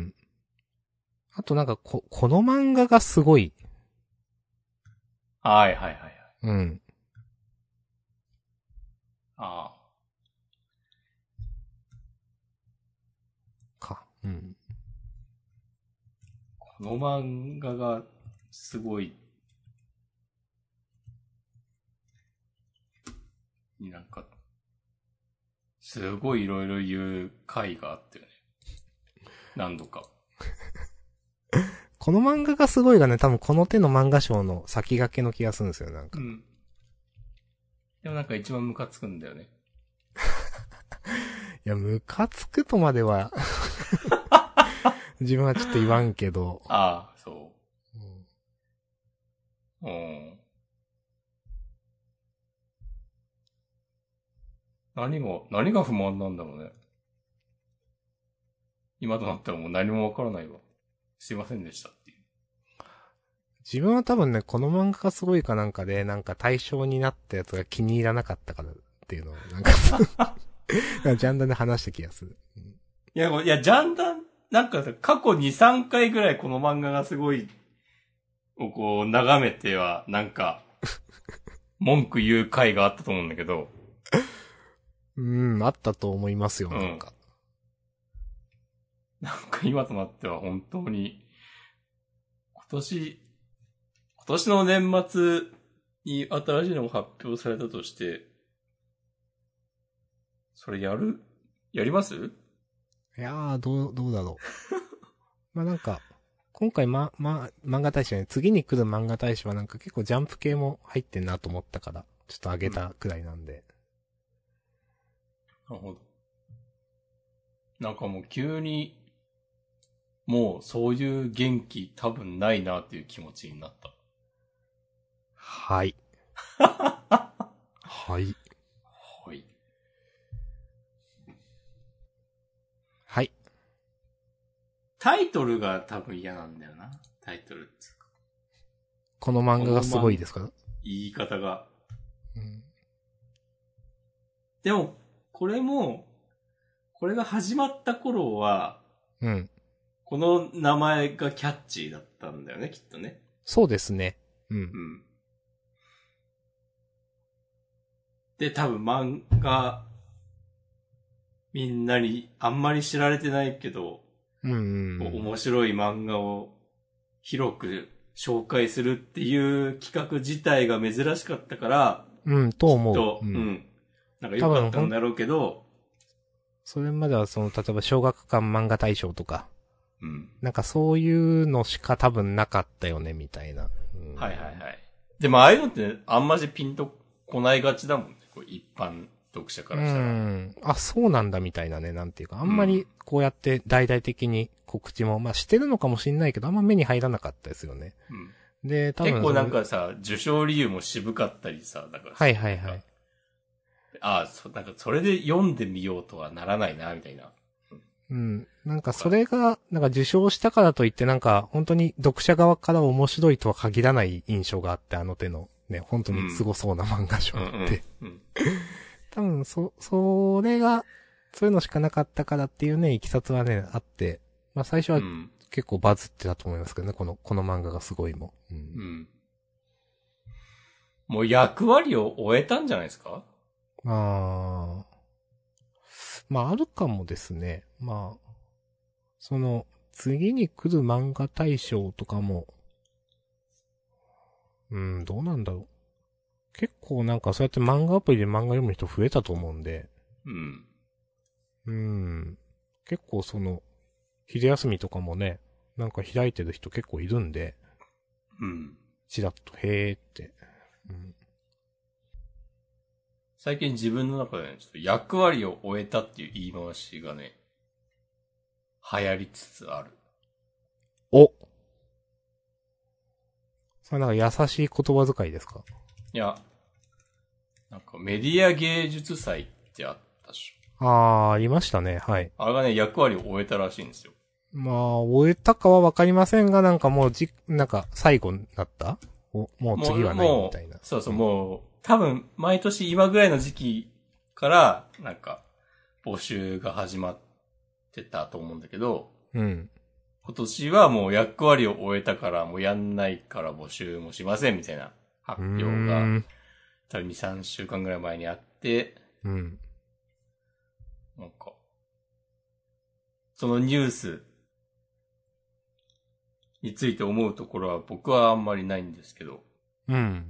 あとなんかこ、この漫画がすごい。 はいはいはいはい。 うん。 ああ。 か。うん。 この漫画がすごい。なんか、すごいいろいろ言う回があったよね。何度か。 この漫画がすごいがね、多分この手の漫画賞の先駆けの気がするんですよ、なんか。 うん。でもなんか一番ムカつくんだよね。 いや、ムカつくとまでは自分はちょっと言わんけど。 ああ、そう。 うん、 うん。何が、何が不満なんだろうね。今となったらもう何もわからないわ。すいませんでしたっていう。 自分は多分ね、この漫画がすごいかなんかで、なんか対象になったやつが気に入らなかったからっていうのを、なんかジャンダンで話した気がする。うん、 いや、いや、ジャンダン、なんかさ、過去に、さんかいぐらいこの漫画がすごい、をこう、眺めては、なんか、文句言う回があったと思うんだけど。 うん、あったと思いますよ、なんか。 うん、なんか今となっては本当に、今年、今年の年末に新しいのが発表されたとして、それやるやります？ いやー、どう、どうだろう。まあなんか、今回ま、ま、漫画大賞ね、次に来る漫画大賞はなんか結構ジャンプ系も入ってんなと思ったから、ちょっと上げたくらいなんで。 うん、なるほど。なんかもう急に、もうそういう元気多分ないなっていう気持ちになった。 はい。はい。 はい。 タイトルが多分嫌なんだよな。タイトルって。 この漫画がすごいですか？ 言い方が。 うん、 でも、これも、これが始まった頃は、 うん。 この名前がキャッチーだったんだよね、きっとね。 そうですね。うん。 うん。で、多分漫画、みんなにあんまり知られてないけど、 うんうんうん、 面白い漫画を広く紹介するっていう企画自体が珍しかったから、 うん、と思う。 と、うん、うん。なんか良かったんだろうけど、 それまではその、例えば小学館漫画大賞とか、 うん。 なんかそういうのしか多分なかったよね、みたいな。 うん、はいはいはい。でもああいうのって、ね、あんまじピンとこないがちだもんね。こう一般読者からしたら。うん。 あ、そうなんだみたいなね、なんていうか。あんまりこうやって大々的に告知も、まあしてるのかもしんないけど、あんま目に入らなかったですよね。 うん。 で、多分。 結構なんかさ、受賞理由も渋かったりさ、だからはいはいはい。 ああ、そ、なんかそれで読んでみようとはならないな、みたいな。 うん。なんかそれが、なんか受賞したからといってなんか本当に読者側から面白いとは限らない印象があって、あの手のね、本当に凄そうな漫画賞って。うんうんうん、多分そ、それが、そういうのしかなかったからっていうね、いきさつはね、あって、まあ最初は結構バズってたと思いますけどね、この、この漫画がすごいも。うん。うん、 もう役割を終えたんじゃないですか？ ああ。まああるかもですね。まあ、その、次に来る漫画大賞とかも、うん、どうなんだろう。結構なんかそうやって漫画アプリで漫画読む人増えたと思うんで。 うん。 うん。結構その、昼休みとかもね、なんか開いてる人結構いるんで。 うん。 ちらっと、へーって。うん。 最近自分の中でね、ちょっと役割を終えたっていう言い回しがね、流行りつつある。 おそれなんか優しい言葉遣いですか？ いや、なんかメディア芸術祭ってあったし。 あー、ありましたね、はい。 あれがね、役割を終えたらしいんですよ。 まあ、終えたかはわかりませんが、なんかもうじ、なんか最後になったおもう次はないみたいな。 そうそう、うん、もう、多分、毎年今ぐらいの時期から、なんか、募集が始まってたと思うんだけど、 うん。 今年はもう役割を終えたから、もうやんないから募集もしませんみたいな発表が、多分に、さんしゅうかんぐらい前にあって、 うん。 なんか、そのニュースについて思うところは僕はあんまりないんですけど、 うん。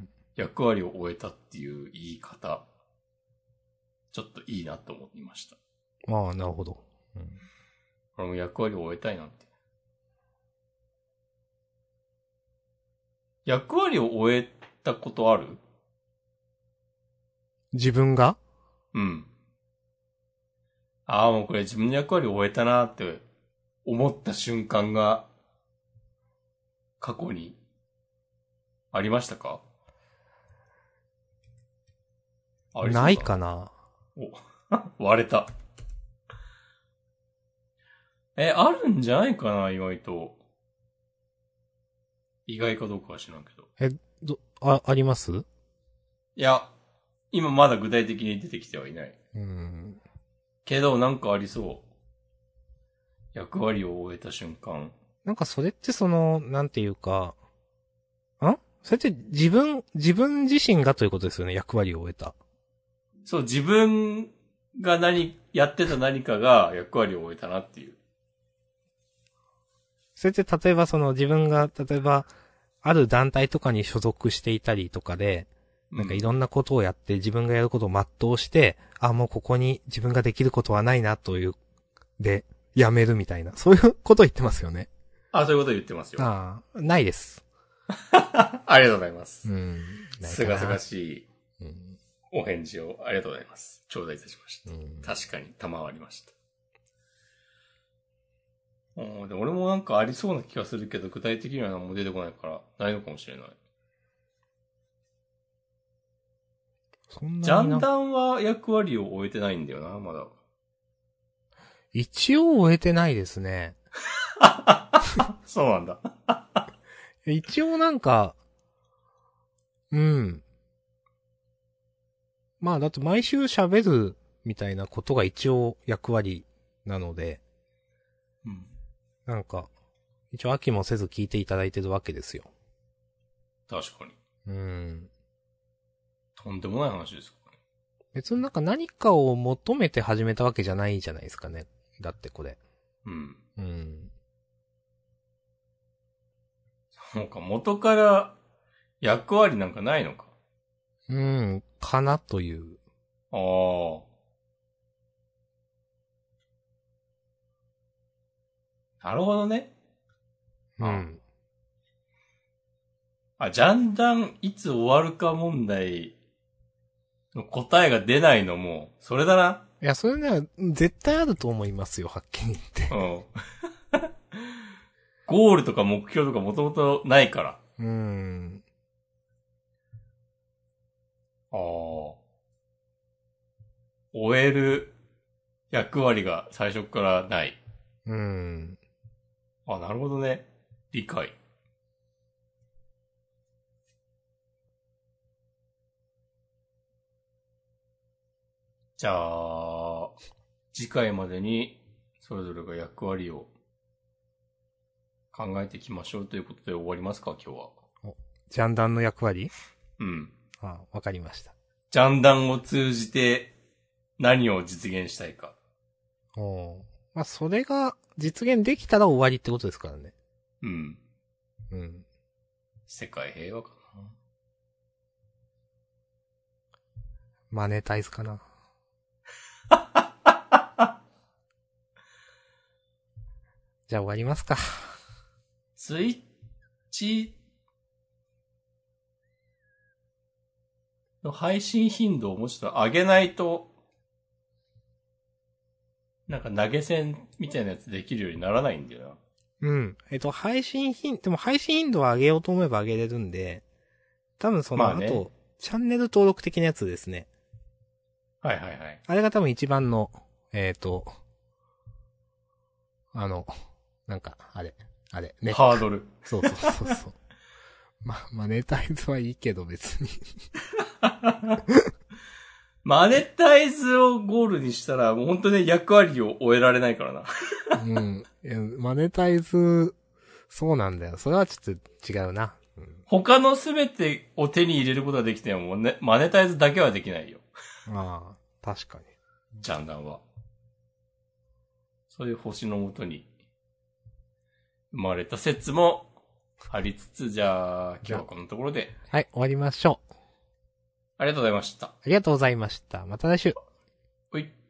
役割を終えたっていう言い方、ちょっといいなと思いました。 ああ、なるほど。うん、 俺も役割を終えたいなんて。役割を終えたことある？ 自分が？ うん。ああ、もうこれ自分の役割を終えたなって思った瞬間が過去にありましたか？ ありそうだ。ないかな。 お、割れた。え、あるんじゃないかな、意外と。意外かどうかは知らんけど。 え、ど、あ、あります？ いや、今まだ具体的に出てきてはいない。 うん。 けど、なんかありそう。役割を終えた瞬間。 なんかそれってその、なんていうか、ん？それって自分、自分自身がということですよね、役割を終えた。 そう、自分が何、やってた何かが役割を終えたなっていう。 それって例えばその自分が、例えば、ある団体とかに所属していたりとかで、なんかいろんなことをやって自分がやることを全うして、うん、あ、もうここに自分ができることはないなという、で、やめるみたいな。そういうことを言ってますよね。 あ、そういうこと言ってますよ。 ああ、ないです。 ありがとうございます。 うん。 すがすがしいお返事をありがとうございます。頂戴いたしました。うん、確かに賜りました。で俺もなんかありそうな気がするけど、具体的には何も出てこないから、ないのかもしれない。そんなにジャンダンは役割を終えてないんだよな、まだ。 一応終えてないですね。 そうなんだ。 一応なんか、うん。まあだって毎週喋るみたいなことが一応役割なので、 うん。 なんか、一応飽きもせず聞いていただいてるわけですよ。 確かに。 うん。 とんでもない話ですかね。 別になんか何かを求めて始めたわけじゃないじゃないですかね。だってこれ。 うん。 うん。 そうか、元から役割なんかないのか。 うん、かなという。 ああ。なるほどね。 うん。 あ、ジャンダンいつ終わるか問題の答えが出ないのも、それだな。 いや、それね、絶対あると思いますよ、はっきり言って。 うん。ゴールとか目標とかもともとないから。 うーん。 ああ。終える役割が最初からない。 うーん。 あ、なるほどね。理解。じゃあ、次回までにそれぞれが役割を考えていきましょうということで終わりますか、今日は。 お、ジャンダンの役割？ うん。 あ、わかりました。 ジャンダンを通じて何を実現したいか。 おー。まあ、それが実現できたら終わりってことですからね。 うん。 うん。 世界平和かな。 マネタイズかな。じゃあ終わりますか。 ツイッチの配信頻度をもうちょっと上げないと、なんか投げ銭みたいなやつできるようにならないんだよな。 うん。えっと、配信頻、でも配信頻度は上げようと思えば上げれるんで、多分その、 まあね、 あと、チャンネル登録的なやつですね。 はいはいはい。 あれが多分一番の、えっと、あの、なんか、あれ、あれ、ね。 ハードル。 そうそうそうそう。ま、マネタイズはいいけど別に。 マネタイズをゴールにしたら、もう本当に役割を終えられないからな。 うん。いや、マネタイズ、そうなんだよ。それはちょっと違うな。うん、 他のすべてを手に入れることができても、ね、マネタイズだけはできないよ。 ああ、確かに。 ジャンダンは。そういう星のもとに生まれた説もありつつ、じゃあ、今日はこのところで。 はい、終わりましょう。 ありがとうございました。 ありがとうございました。また来週。 はい。